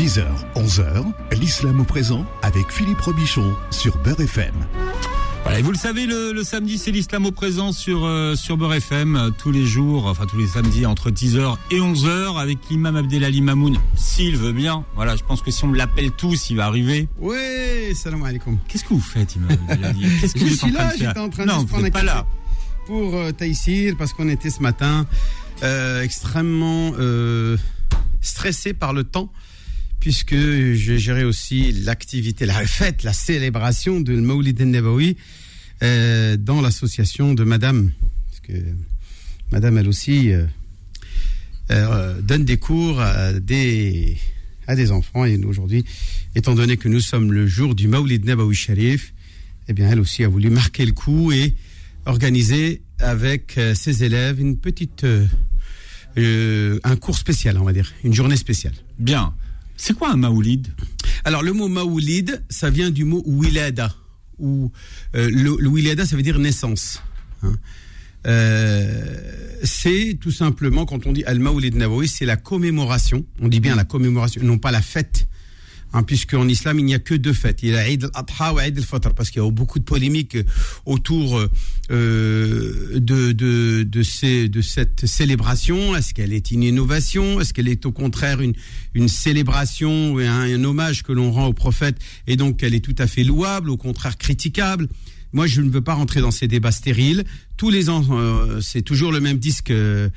10h, 11h, l'islam au présent avec Philippe Robichon sur Beurre FM. Voilà, et vous le savez, le samedi, c'est l'islam au présent sur Beurre FM, tous les jours, enfin tous les samedis entre 10h et 11h avec l'imam Abdelali Mamoun, s'il veut bien. Voilà, je pense que si on l'appelle tous, il va arriver. Oui, salam alaikum. Qu'est-ce que vous faites, imam Abdelali? Qu'est-ce que vous êtes en train de faire? J'étais en train de non, prendre vous n'êtes pas là. Pour Taïsir, parce qu'on était ce matin extrêmement stressé par le temps, puisque je gérais aussi l'activité, la fête, la célébration de Maoulid al-Nabawi dans l'association de Madame, parce que Madame, elle aussi, donne des cours à des enfants. Et aujourd'hui, étant donné que nous sommes le jour du Maoulid Nabawi Sharif, eh bien, elle aussi a voulu marquer le coup et organiser avec ses élèves une petite, un cours spécial, on va dire, une journée spéciale. Bien. C'est quoi un maoulid? Alors, le mot maoulid, ça vient du mot wilada. Le wilada, ça veut dire naissance. Hein. C'est tout simplement, quand on dit al-Maoulid Nabawi, c'est la commémoration. On dit bien la commémoration, non pas la fête. Hein, puisqu'en islam, il n'y a que deux fêtes. Il y a Eid al-Adha et Eid al-Fitr, parce qu'il y a beaucoup de polémiques autour de cette célébration. Est-ce qu'elle est une innovation? Est-ce qu'elle est au contraire une célébration et un hommage que l'on rend au prophète, et donc qu'elle est tout à fait louable, au contraire critiquable? Moi, je ne veux pas rentrer dans ces débats stériles. Tous les ans, c'est toujours le même disque que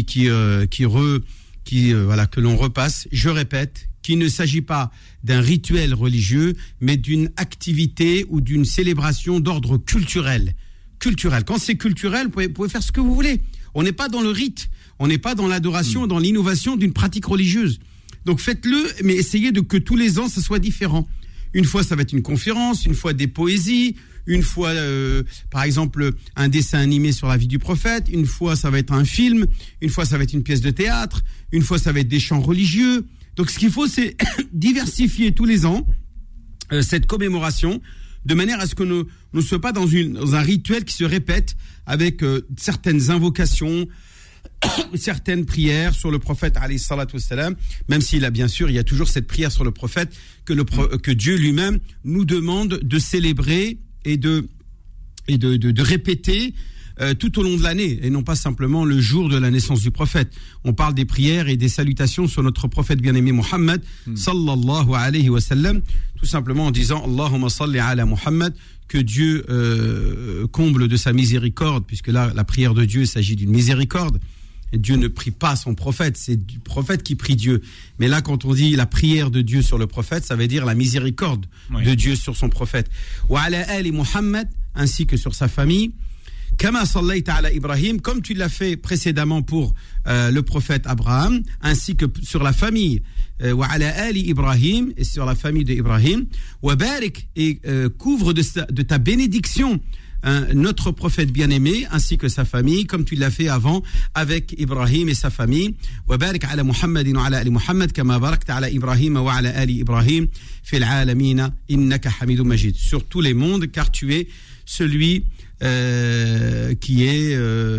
l'on repasse. Je répète, qu'il ne s'agit pas d'un rituel religieux, mais d'une activité ou d'une célébration d'ordre culturel. Culturel. Quand c'est culturel, vous pouvez faire ce que vous voulez. On n'est pas dans le rite, on n'est pas dans l'adoration, dans l'innovation d'une pratique religieuse. Donc faites-le, mais essayez que tous les ans, ça soit différent. Une fois, ça va être une conférence, une fois des poésies, une fois, par exemple, un dessin animé sur la vie du prophète, une fois, ça va être un film, une fois, ça va être une pièce de théâtre, une fois, ça va être des chants religieux. Donc, ce qu'il faut, c'est diversifier tous les ans cette commémoration de manière à ce que nous ne soyons pas dans un rituel qui se répète avec certaines invocations, certaines prières sur le prophète, alayhi salatu wassalam, même s'il a bien sûr, il y a toujours cette prière sur le prophète que Dieu lui-même nous demande de célébrer et de répéter tout au long de l'année, et non pas simplement le jour de la naissance du prophète. On parle des prières et des salutations sur notre prophète bien-aimé Muhammad sallallahu alayhi wa sallam, tout simplement en disant Allahumma salli ala Muhammad, que Dieu comble de sa miséricorde, puisque là, la prière de Dieu, il s'agit d'une miséricorde. Et Dieu ne prie pas son prophète, c'est du prophète qui prie Dieu. Mais là, quand on dit la prière de Dieu sur le prophète, ça veut dire la miséricorde de Dieu sur son prophète. Wa ala ali Muhammad, ainsi que sur sa famille. Kama sallaita ala Ibrahim, comme tu l'as fait précédemment pour le prophète Abraham, ainsi que sur la famille. Wa ala ali Ibrahim, et sur la famille d'Ibrahim. Wa barik, et couvre de ta bénédiction notre prophète bien-aimé ainsi que sa famille, comme tu l'as fait avant avec Ibrahim et sa famille. Wa barik ala Muhammadin wa ala ali Muhammad kama barakta ala Ibrahim wa ala ali Ibrahim fil alamina innaka hamidun majid, sur tous les mondes, car tu es celui qui est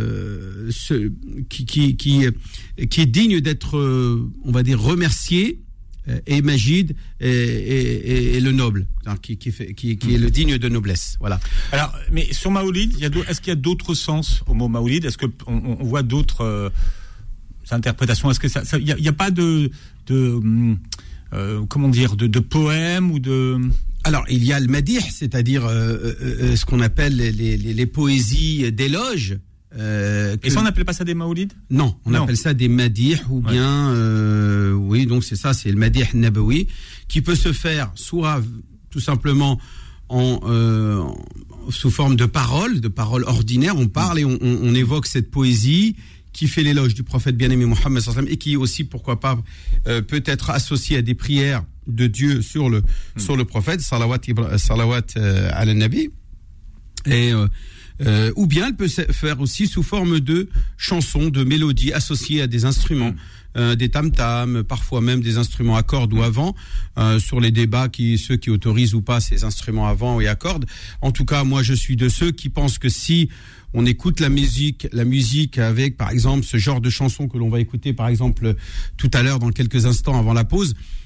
digne d'être, on va dire, remercié, et Majid et le noble, qui est le digne de noblesse. Voilà. Alors, mais sur Maoulid, est-ce qu'il y a d'autres sens au mot Maoulid? Est-ce qu'on voit d'autres interprétations? Est-ce que il y a pas de comment dire, de poèmes ou de... Alors, il y a le madih, c'est-à-dire ce qu'on appelle les poésies d'éloge. Et ça, on n'appelle pas ça des maoulides? Non, on appelle ça des madih, ou bien, oui, donc c'est ça, c'est le madih nabawi, qui peut se faire soit tout simplement sous forme de paroles ordinaires. On parle et on évoque cette poésie qui fait l'éloge du prophète bien-aimé Mohammed sallallahu alayhi wa sallam, et qui aussi, pourquoi pas, peut être associée à des prières de Dieu sur le prophète, salawat ala nabi, et ou bien elle peut se faire aussi sous forme de chansons, de mélodies associées à des instruments, des tam-tams, parfois même des instruments à cordes ou à vent, sur les débats ceux qui autorisent ou pas ces instruments à vent et à cordes. En tout cas, moi je suis de ceux qui pensent que si on écoute la musique avec, par exemple, ce genre de chansons que l'on va écouter, par exemple, tout à l'heure, dans quelques instants avant la pause,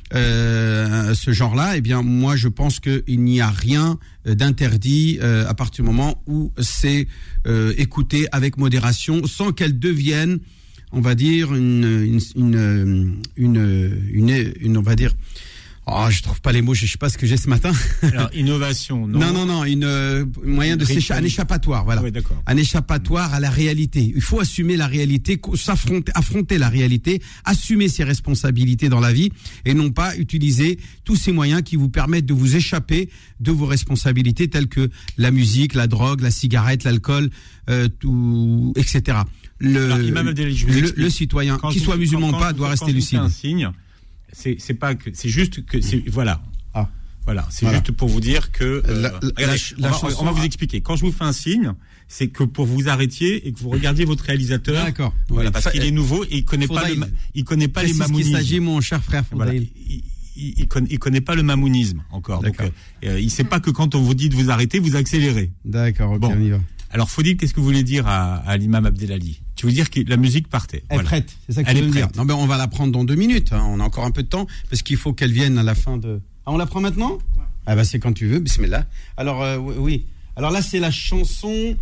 ce genre-là, eh bien, moi, je pense qu'il n'y a rien d'interdit à partir du moment où c'est écouté avec modération, sans qu'elle devienne, on va dire, on va dire. Oh, je trouve pas les mots, je sais pas ce que j'ai ce matin. Alors, innovation, non? Non, moyen de un échappatoire, voilà. Oui, d'accord. Un échappatoire à la réalité. Il faut assumer la réalité, affronter la réalité, assumer ses responsabilités dans la vie et non pas utiliser tous ces moyens qui vous permettent de vous échapper de vos responsabilités telles que la musique, la drogue, la cigarette, l'alcool, tout, etc. Le citoyen, qu'il soit musulman ou pas, doit rester lucide. Un signe. C'est pas que, c'est juste que voilà. C'est voilà. juste pour vous dire que on va vous expliquer. Quand je vous fais un signe, c'est que pour vous arrêtiez et que vous regardiez votre réalisateur. D'accord. Voilà, parce qu'il est nouveau et il connaît pas les mamounismes. Il s'agit, mon cher frère. Voilà. Il connaît pas le mamounisme encore. D'accord. Donc il sait pas que quand on vous dit de vous arrêter, vous accélérez. D'accord. Ok, on y va. Alors, Faudil, qu'est-ce que vous voulez dire à l'imam Abdelali? Tu veux dire que la musique partait? Elle est prête, c'est ça que tu veux dire. Non, mais on va la prendre dans 2 minutes. Hein. On a encore un peu de temps parce qu'il faut qu'elle vienne à la fin de. Ah, on la prend maintenant? Ouais. Ah bah c'est quand tu veux. Bismillah. Alors oui. Alors là, c'est la chanson,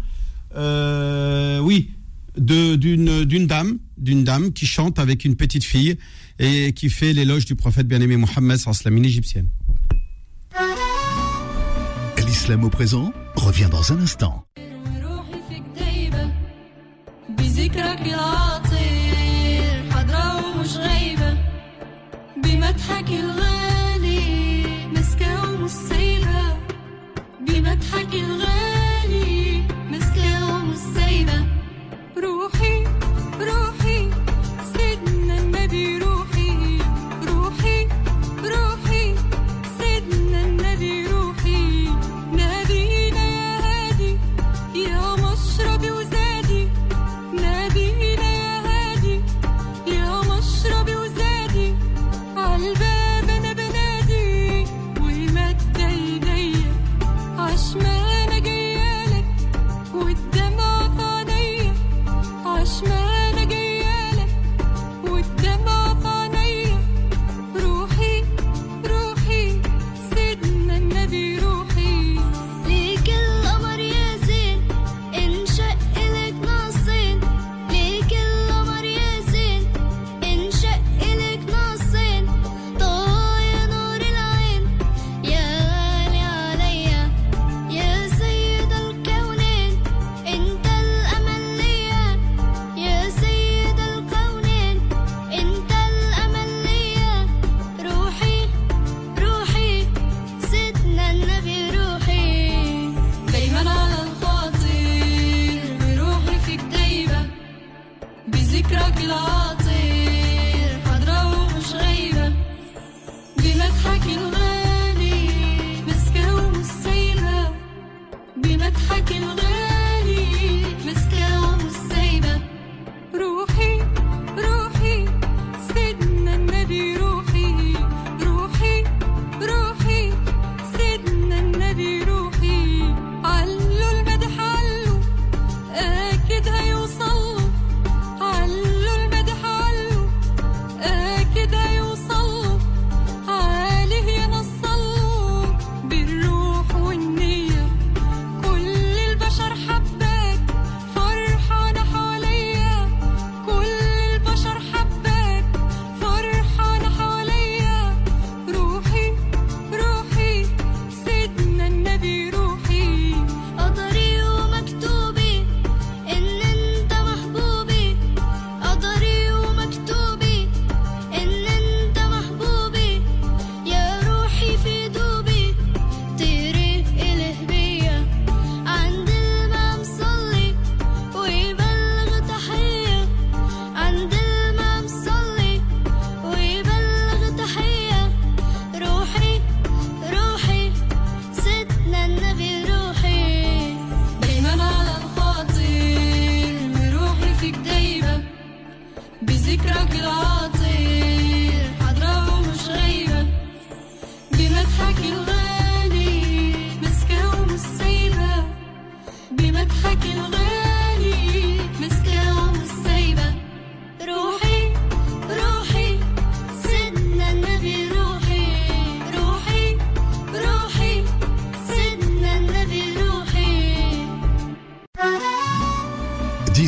d'une dame qui chante avec une petite fille et qui fait l'éloge du prophète bien-aimé Mohammed sallallahu alayhi wa sallam, une égyptienne. L'islam au présent revient dans un instant. بذكرك العطير حضرة ومش غايبة بمدحك الغالي مسكة ومش سايبة بمدحك الغالي مسكة ومش سايبة روحي روحي سيدنا النبي روحي روحي روحي سيدنا النبي روحي نبينا يا هادي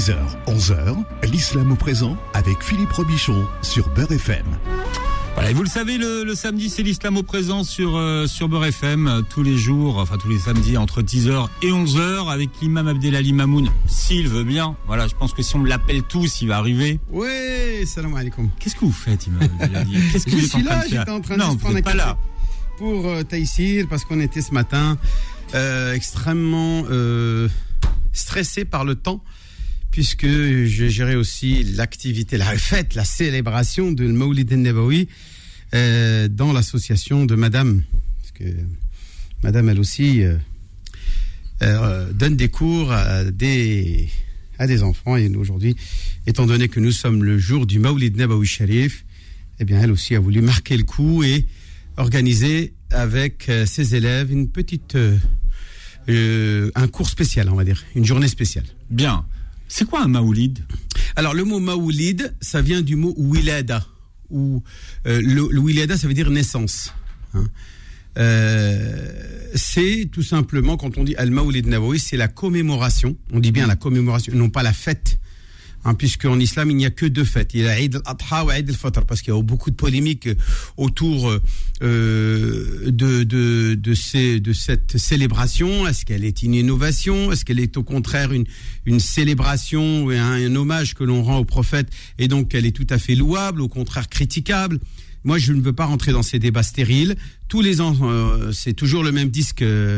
10h, 11h, l'islam au présent avec Philippe Robichon sur Beurre FM. Voilà, et vous le savez, le samedi, c'est l'islam au présent sur Beurre FM, tous les jours, enfin tous les samedis, entre 10h et 11h, avec l'imam Abdelali Mamoun, s'il veut bien. Voilà, je pense que si on l'appelle tous, il va arriver. Oui, salam alaikum. Qu'est-ce que vous faites, imam Abdelali? Qu'est-ce que Je vous êtes suis en train là, de faire? j'étais en train non, de vous prendre un n'êtes pas café là. pour Taïsir, parce qu'on était ce matin extrêmement stressé par le temps, puisque je gérais aussi l'activité, la fête, la célébration de Maoulid al-Nabawi dans l'association de Madame, parce que Madame, elle aussi, donne des cours à des enfants. Et nous, aujourd'hui, étant donné que nous sommes le jour du Maoulid Nabawi Sharif, eh bien, elle aussi a voulu marquer le coup et organiser avec ses élèves une petite, un cours spécial, on va dire, une journée spéciale. Bien. C'est quoi un maoulid? Alors, le mot maoulid, ça vient du mot wilada, où le wilada, ça veut dire naissance. Hein. C'est tout simplement, quand on dit al-Maoulid Nabawi, c'est la commémoration, on dit bien la commémoration, non pas la fête, hein, puisqu'en islam, il n'y a que deux fêtes. Il y a Eid al-Adha et Eid al-Fitr, parce qu'il y a beaucoup de polémiques autour de cette célébration. Est-ce qu'elle est une innovation? Est-ce qu'elle est au contraire une célébration et un hommage que l'on rend au prophète, et donc elle est tout à fait louable, au contraire critiquable? Moi, je ne veux pas rentrer dans ces débats stériles. Tous les ans, c'est toujours le même disque que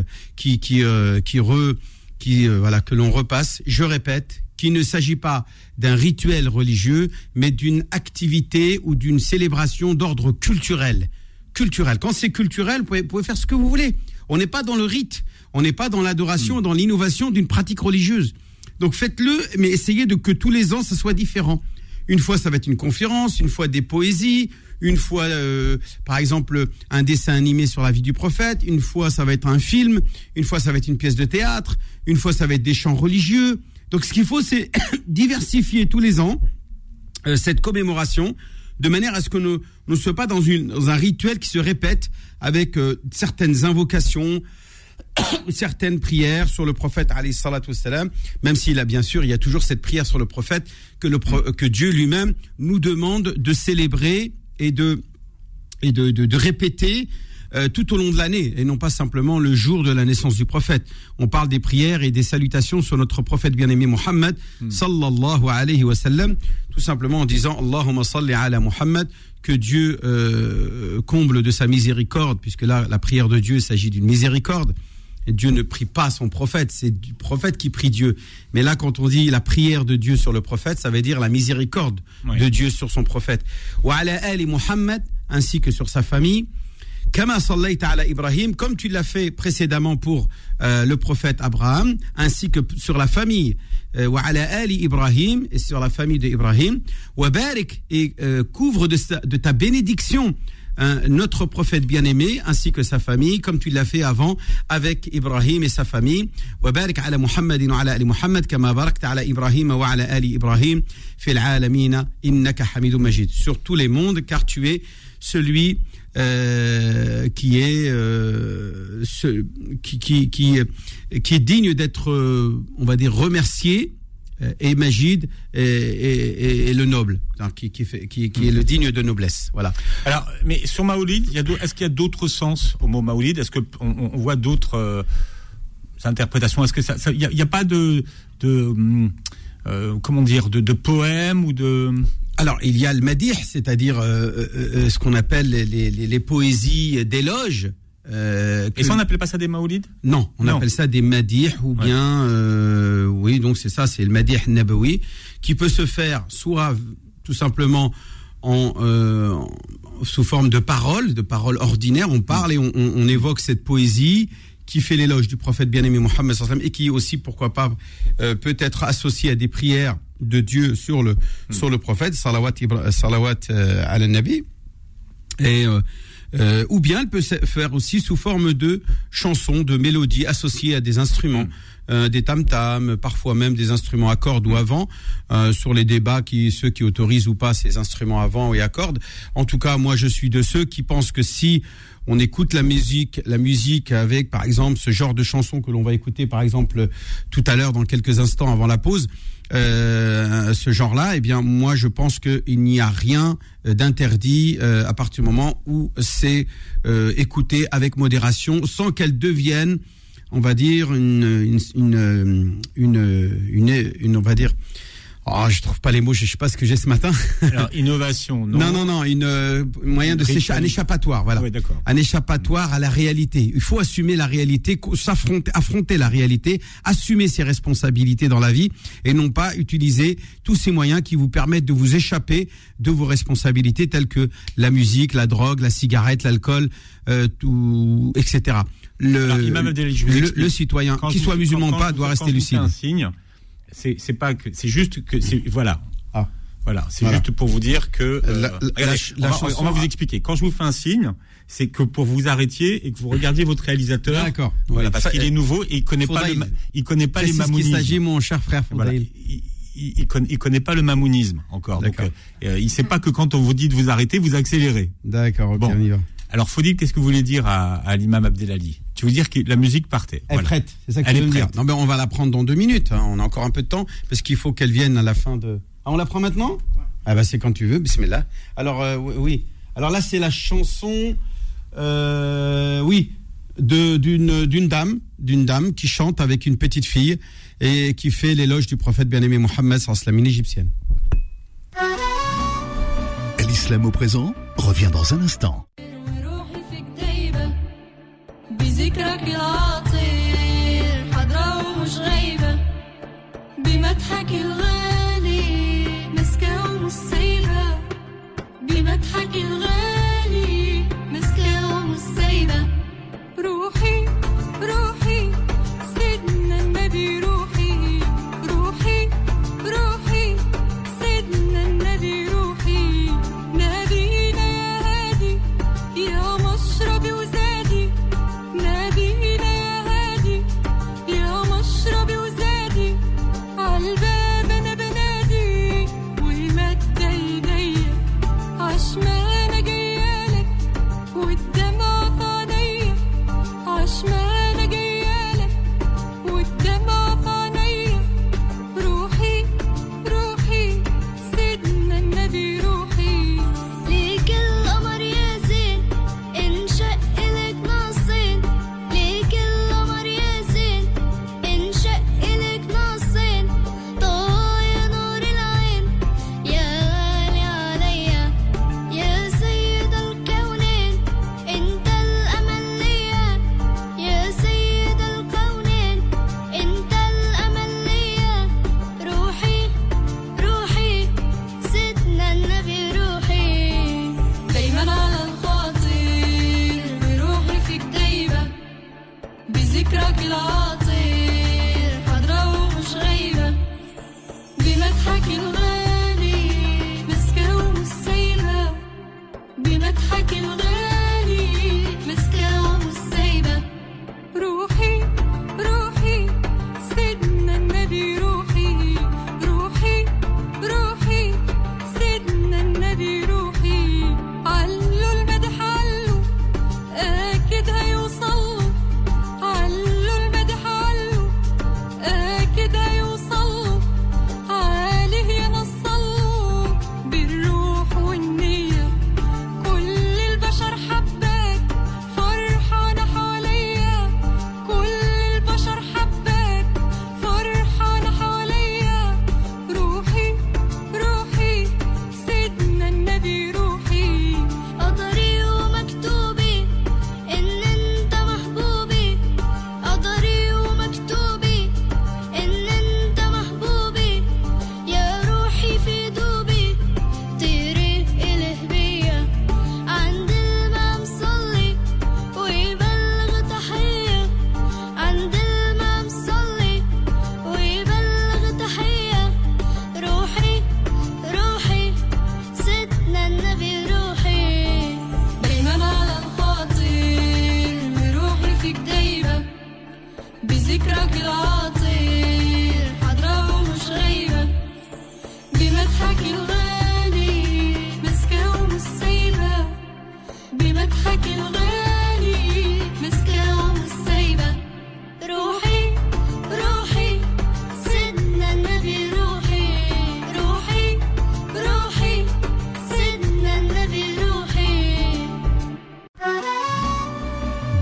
l'on repasse. Je répète qu'il ne s'agit pas d'un rituel religieux, mais d'une activité ou d'une célébration d'ordre culturel. Culturel. Quand c'est culturel, vous pouvez faire ce que vous voulez. On n'est pas dans le rite, on n'est pas dans l'adoration, dans l'innovation d'une pratique religieuse. Donc faites-le, mais essayez que tous les ans, ça soit différent. Une fois, ça va être une conférence, une fois des poésies, une fois, par exemple, un dessin animé sur la vie du prophète, une fois, ça va être un film, une fois, ça va être une pièce de théâtre, une fois, ça va être des chants religieux. Donc, ce qu'il faut, c'est diversifier tous les ans cette commémoration, de manière à ce que nous ne soyons pas dans un rituel qui se répète avec certaines invocations, certaines prières sur le prophète alayhi salatu wassalam, même s'il a bien sûr, il y a toujours cette prière sur le prophète que Dieu lui-même nous demande de célébrer et de répéter tout au long de l'année, et non pas simplement le jour de la naissance du prophète. On parle des prières et des salutations sur notre prophète bien-aimé Muhammad sallallahu alayhi wa sallam, tout simplement en disant Allahumma salli ala Muhammad, que Dieu comble de sa miséricorde, puisque là, la prière de Dieu, il s'agit d'une miséricorde. Et Dieu ne prie pas son prophète, c'est du prophète qui prie Dieu. Mais là, quand on dit la prière de Dieu sur le prophète, ça veut dire la miséricorde de Dieu sur son prophète. Wa ala ali Muhammad, ainsi que sur sa famille. Kama sallaita ala Ibrahim, comme tu l'as fait précédemment pour le prophète Abraham, ainsi que sur la famille. Wa ala ali Ibrahim, et sur la famille d'Ibrahim. Wa barik, et couvre de ta bénédiction notre prophète bien-aimé ainsi que sa famille, comme tu l'as fait avant avec Ibrahim et sa famille. Wa barik ala Muhammadin wa ala ali Muhammad kama barakta ala Ibrahim wa ala ali Ibrahim fil alamina innaka Hamidum Majid, sur tous les mondes, car tu es celui qui est digne d'être, on va dire, remercié, et Majid et le noble, qui est le digne de noblesse. Voilà. Alors, mais sur Maoulid, est-ce qu'il y a d'autres sens au mot Maoulid? Est-ce qu'on voit d'autres interprétations? Est-ce que il y a pas de comment dire, de poèmes ou de... Alors, il y a le madih, c'est-à-dire ce qu'on appelle les poésies d'éloge. Et ça, on n'appelle pas ça des maoulids? Non, on appelle ça des madih, ou bien, oui, donc c'est ça, c'est le madih nabawi, qui peut se faire soit tout simplement sous forme de paroles ordinaires. On parle et on évoque cette poésie qui fait l'éloge du prophète bien-aimé Mohammed sallallahu alayhi wa sallam, et qui aussi, pourquoi pas, peut être associée à des prières de Dieu sur le prophète, salawat ala nabi, et ou bien elle peut se faire aussi sous forme de chansons, de mélodies associées à des instruments, des tam-tams, parfois même des instruments à cordes ou à vent, sur les débats ceux qui autorisent ou pas ces instruments à vent et à cordes. En tout cas, moi je suis de ceux qui pensent que si on écoute la musique avec, par exemple, ce genre de chansons que l'on va écouter, par exemple, tout à l'heure, dans quelques instants avant la pause, ce genre-là, eh bien, moi, je pense qu'il n'y a rien d'interdit à partir du moment où c'est écouté avec modération, sans qu'elle devienne, on va dire, on va dire. Oh, je trouve pas les mots, je sais pas ce que j'ai ce matin. Alors, innovation, non. Non, moyen de un échappatoire, voilà. Oui, d'accord. Un échappatoire à la réalité. Il faut assumer la réalité, affronter la réalité, assumer ses responsabilités dans la vie et non pas utiliser tous ces moyens qui vous permettent de vous échapper de vos responsabilités telles que la musique, la drogue, la cigarette, l'alcool, tout, etc. Le citoyen, qu'il soit musulman ou pas, doit rester lucide. Un signe. C'est pas que, c'est juste que c'est, voilà. Voilà, c'est Voilà. Juste pour vous dire que chanson, on va vous expliquer. Quand je vous fais un signe, c'est que pour vous arrêtiez et que vous regardiez votre réalisateur. D'accord. Voilà, Oui. parce qu'il est nouveau et il connaît pas les mamounismes. C'est ce qu'il s'agit, mon cher frère Voilà. Foudaïl. Il connaît pas le mamounisme encore. Donc, D'accord. il sait pas que quand on vous dit de vous arrêter, vous accélérez. D'accord, ok, Bon. on y va. Alors, Faudil, qu'est-ce que vous voulez dire à l'imam Abdelali? Tu veux dire que la musique partait? Elle est prête, c'est ça que Elle tu est veux me dire. prête. Non, mais on va la prendre dans 2 minutes. Hein. On a encore un peu de temps parce qu'il faut qu'elle vienne à la fin de. Ah, on la prend maintenant? Ouais. Ah bah c'est quand tu veux. Bismillah. Alors oui. Alors là c'est la chanson, d'une dame qui chante avec une petite fille et qui fait l'éloge du prophète bien-aimé Mohammed sallallahu alayhi wa sallam, une égyptienne. L'islam au présent revient dans un instant. روحي فيك دايبة بذكرك العطير حاضرة ومش غايبة بمدحك الغالي مسكة ومش سايبة بمدحك الغالي مسكة ومش سايبة روحي روحي سيدنا النبي روحي روحي روحي سيدنا النبي روحي نبينا يا هادي يا مشربي وزادي نبينا يا هادي يا مشربي وزادي عالباب انا بنادي ومد ايديا عشمانة جايالك والدمع في عينيا عشمانة جايالك والدمع في عينيا روحي روحي سيدنا النبي روحي ليك القمر يا زين انشق لك نصين ليك القمر يا زين انشق لك نصين طايا نور العين يا غالي عليا يا سيد الكونين انت الامل ليا يا سيد الكونين انت الامل ليا روحي روحي سيدنا النبي روحي دايما على الخاطر بروحي فيك دايبة بذكرك العطير حاضرة ومش غايبة بمدحك الغالي مسكة ومش سايبة بمدحك الغالي مسكة ومش سايبة روحي روحي سيدنا النبي روحي روحي روحي سيدنا النبي روحي علوا المدح علوا أكيد هيوصلوا علوا المدح علوا أكيد هيوصلوا عليه ينصلوا بالروح والنية كل البشر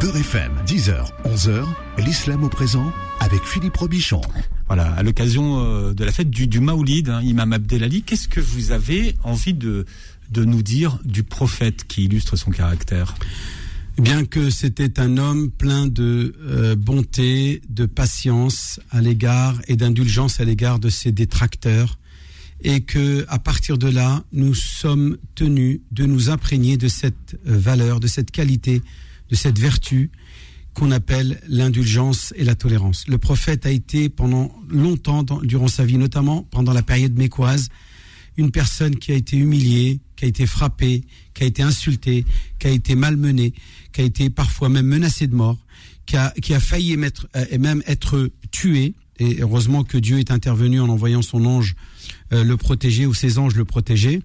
Beurre FM, 10h, 11h, l'islam au présent avec Philippe Robichon. Voilà, à l'occasion de la fête du Maoulid, Imam Abdelali, qu'est-ce que vous avez envie de nous dire du prophète qui illustre son caractère ? Bien que c'était un homme plein de bonté, de patience à l'égard et d'indulgence à l'égard de ses détracteurs, et que à partir de là, nous sommes tenus de nous imprégner de cette valeur, de cette qualité, de cette vertu qu'on appelle l'indulgence et la tolérance. Le prophète a été pendant longtemps, durant sa vie, notamment pendant la période mécoise, une personne qui a été humiliée, qui a été frappée, qui a été insultée, qui a été malmenée, qui a été parfois même menacée de mort, qui a failli même être tuée. Et heureusement que Dieu est intervenu en envoyant son ange le protéger, ou ses anges le protéger.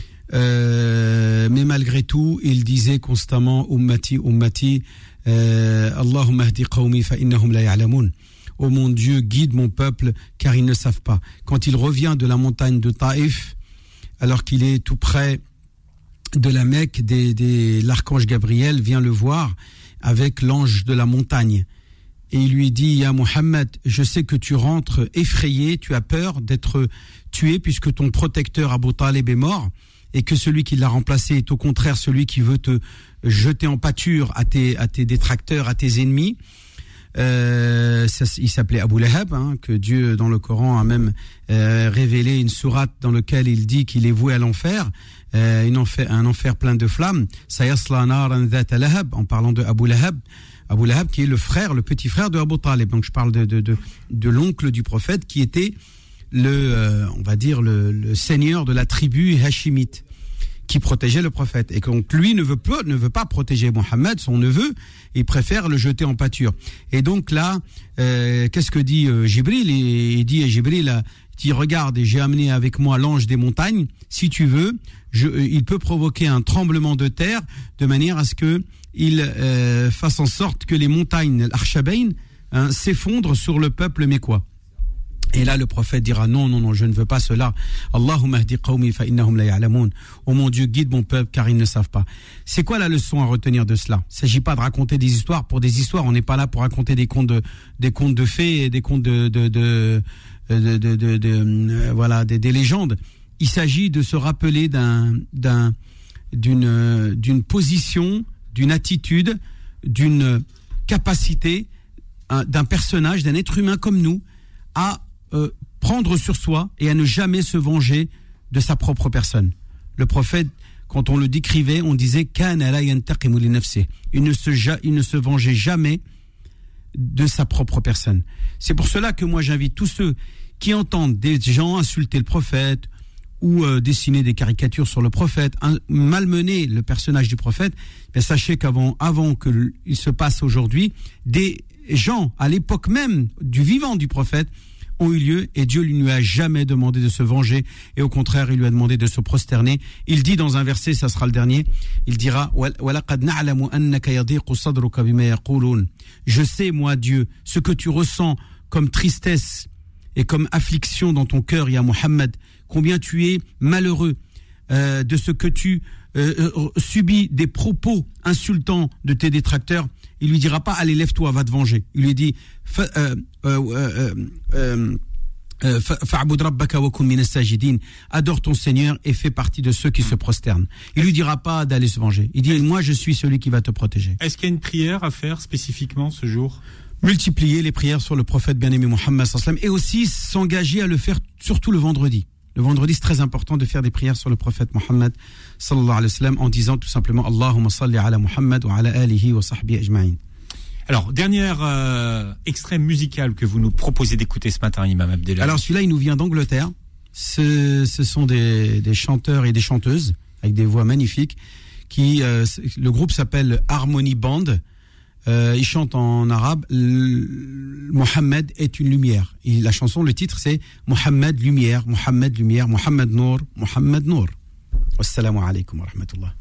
Mais malgré tout, il disait constamment Ummati, Ummati, Allahumma hdi qawmi fa innahum la ya'lamun. Oh mon Dieu, guide mon peuple car ils ne savent pas. Quand il revient de la montagne de Taïf, alors qu'il est tout près de la Mecque, l'archange Gabriel vient le voir avec l'ange de la montagne. Et il lui dit, Ya Muhammad, je sais que tu rentres effrayé, tu as peur d'être tué puisque ton protecteur Abu Talib est mort et que celui qui l'a remplacé est au contraire celui qui veut te jeter en pâture à tes détracteurs, à tes ennemis. Il s'appelait Abu Lahab, que Dieu dans le Coran a même révélé une sourate dans laquelle il dit qu'il est voué à l'enfer, un enfer plein de flammes. Sayasla naran dhat lahab, en parlant de Abu Lahab. Abu Lahab qui est le petit frère de Abu Talib. Donc je parle de l'oncle du prophète qui était on va dire le seigneur de la tribu hachimite qui protégeait le prophète. Et donc lui ne veut pas protéger Mohammed, son neveu, il préfère le jeter en pâture. Et donc là, qu'est-ce que dit Jibril ? Il dit Jibril, regarde, j'ai amené avec moi l'ange des montagnes, si tu veux, il peut provoquer un tremblement de terre de manière à ce que il fasse en sorte que les montagnes, l'Arshabain, s'effondrent sur le peuple mécois. Et là, le prophète dira non, je ne veux pas cela. Allahumma hdi qawmi fa innahum la ya'lamun. Oh mon Dieu, guide mon peuple car ils ne savent pas. C'est quoi la leçon à retenir de cela ? Il ne s'agit pas de raconter des histoires pour des histoires. On n'est pas là pour raconter des contes de fées et des contes des légendes. Il s'agit de se rappeler d'une position, d'une attitude, d'une capacité d'un personnage, d'un être humain comme nous, à prendre sur soi et à ne jamais se venger de sa propre personne. Le prophète, quand on le décrivait, on disait kana la yantaqimu li nafsihi. Il ne se vengeait jamais de sa propre personne. C'est pour cela que moi j'invite tous ceux qui entendent des gens insulter le prophète ou dessiner des caricatures sur le prophète, malmener le personnage du prophète, mais sachez qu'avant qu'il se passe aujourd'hui, des gens à l'époque même du vivant du prophète ont eu lieu et Dieu ne lui a jamais demandé de se venger et au contraire il lui a demandé de se prosterner. Il dit dans un verset, ça sera le dernier, il dira je sais moi Dieu ce que tu ressens comme tristesse et comme affliction dans ton cœur, ya Muhammad, combien tu es malheureux de ce que tu subis des propos insultants de tes détracteurs. Il lui dira pas allez lève-toi, va te venger. Il lui dit fa'bud rabbaka wa kun minas sajidin, adore ton Seigneur et fais partie de ceux qui se prosternent. Il lui dira pas d'aller se venger. Il dit moi je suis celui qui va te protéger. Est-ce qu'il y a une prière à faire spécifiquement ce jour ? Multiplier les prières sur le prophète bien-aimé Mohammed sallallahu alayhi wa sallam et aussi s'engager à le faire surtout le vendredi. Le vendredi, c'est très important de faire des prières sur le prophète Mohammed sallallahu alayhi wa sallam en disant tout simplement Allahumma salli ala Muhammad wa ala alihi wa sahbihi ajma'in. Alors, dernier extrait musical que vous nous proposez d'écouter ce matin, Imam Abdelali. Alors, celui-là, il nous vient d'Angleterre. Ce sont des chanteurs et des chanteuses avec des voix magnifiques. Le groupe s'appelle Harmony Band. Ils chantent en arabe. Mohammed est une lumière. Et la chanson, le titre, c'est Mohammed lumière, Mohammed lumière, Mohammed Nour, Mohammed Nour. Wassalamu alaikum wa rahmatullah.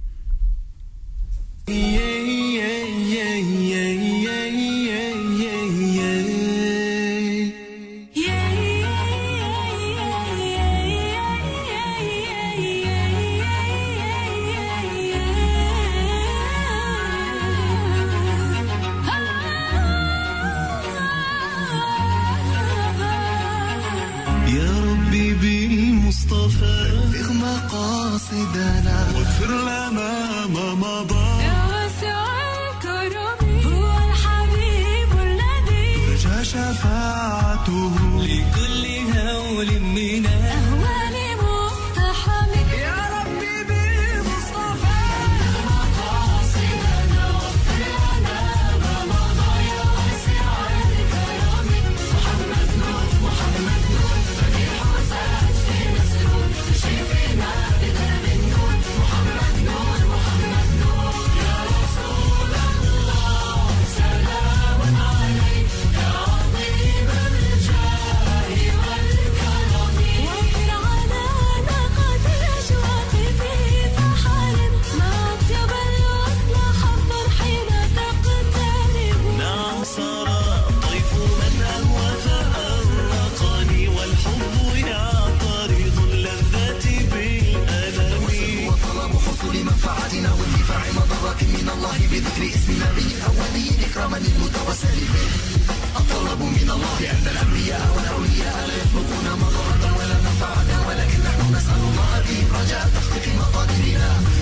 الله بذكر اسم نبي الأولين إكراما للمتوسل به الطلب من الله أن الأنبياء والأولياء لا يخلقون مضرة ولا منفعة ولكن نحن نسأل الله به رجاء تحقيق مقاديرنا